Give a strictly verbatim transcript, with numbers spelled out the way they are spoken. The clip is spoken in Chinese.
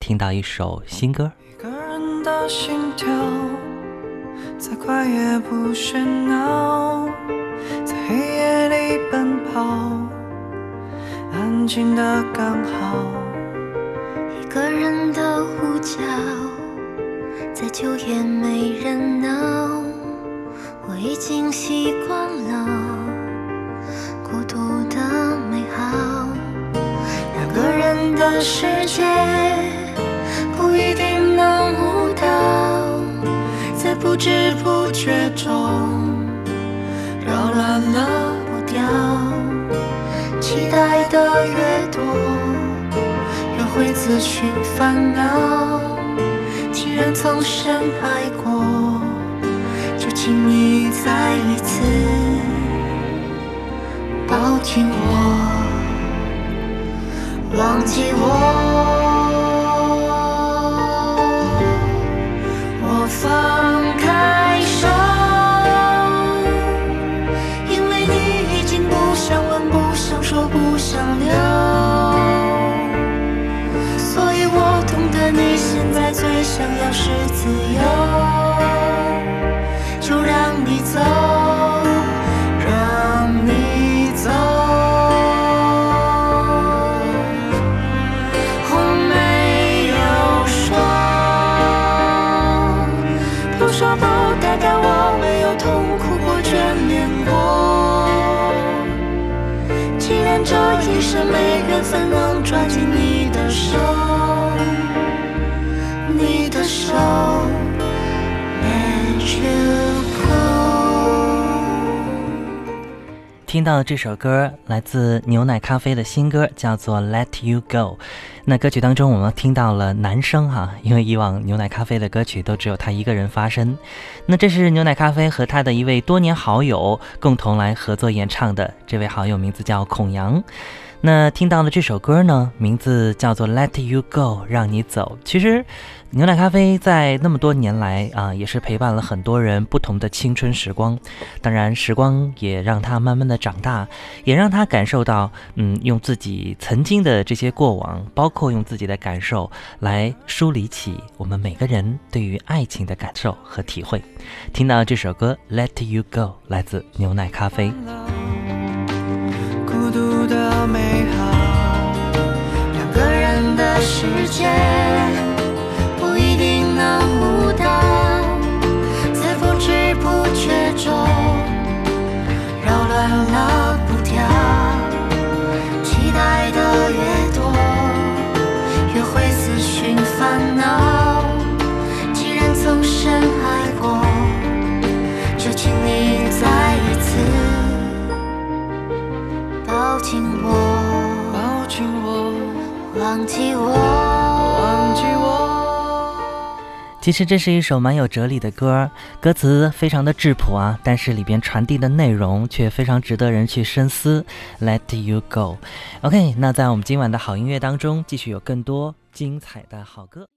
听到一首新歌。 一个人的心跳再快也不喧闹，在黑夜里奔跑，安静的刚好。 一个人的呼叫，再久也没人闹，我已经习惯了孤独的美好。两个人的世界不一定能舞蹈，在不知不觉中扰乱了步调，期待的越多越会自寻烦恼。既然曾深爱过，就请你再一次抱紧我，忘记我。我放开手，因为你已经不想问，不想说，不想留，所以我懂得你现在最想要是自由，就让你走，让你走。我没有说，不说不代表我没有痛苦过、眷恋过。既然这一生没缘分能抓紧你的手，你的手 Let you go。 听到这首歌来自牛奶咖啡的新歌，叫做 Let You Go。 那歌曲当中我们听到了男声哈，因为以往牛奶咖啡的歌曲都只有他一个人发声。那这是牛奶咖啡和他的一位多年好友共同来合作演唱的，这位好友名字叫孔阳。那听到了这首歌呢，名字叫做 Let You Go， 让你走。其实牛奶咖啡在那么多年来啊，也是陪伴了很多人不同的青春时光。当然时光也让他慢慢的长大，也让他感受到嗯，用自己曾经的这些过往，包括用自己的感受来梳理起我们每个人对于爱情的感受和体会。听到这首歌 Let You Go， 来自牛奶咖啡。 孤独的美好，两个人的世界不一定能舞蹈，在不知不觉中扰乱了步调，期待的越多越会自寻烦恼。既然曾深爱过，就请你再一次抱紧我，抱紧我，忘记我，忘记我。 其实这是一首蛮有哲理的歌，歌词非常的质朴啊，但是里边传递的内容却非常值得人去深思。 Let You Go。 OK， 那在我们今晚的好音乐当中，继续有更多精彩的好歌。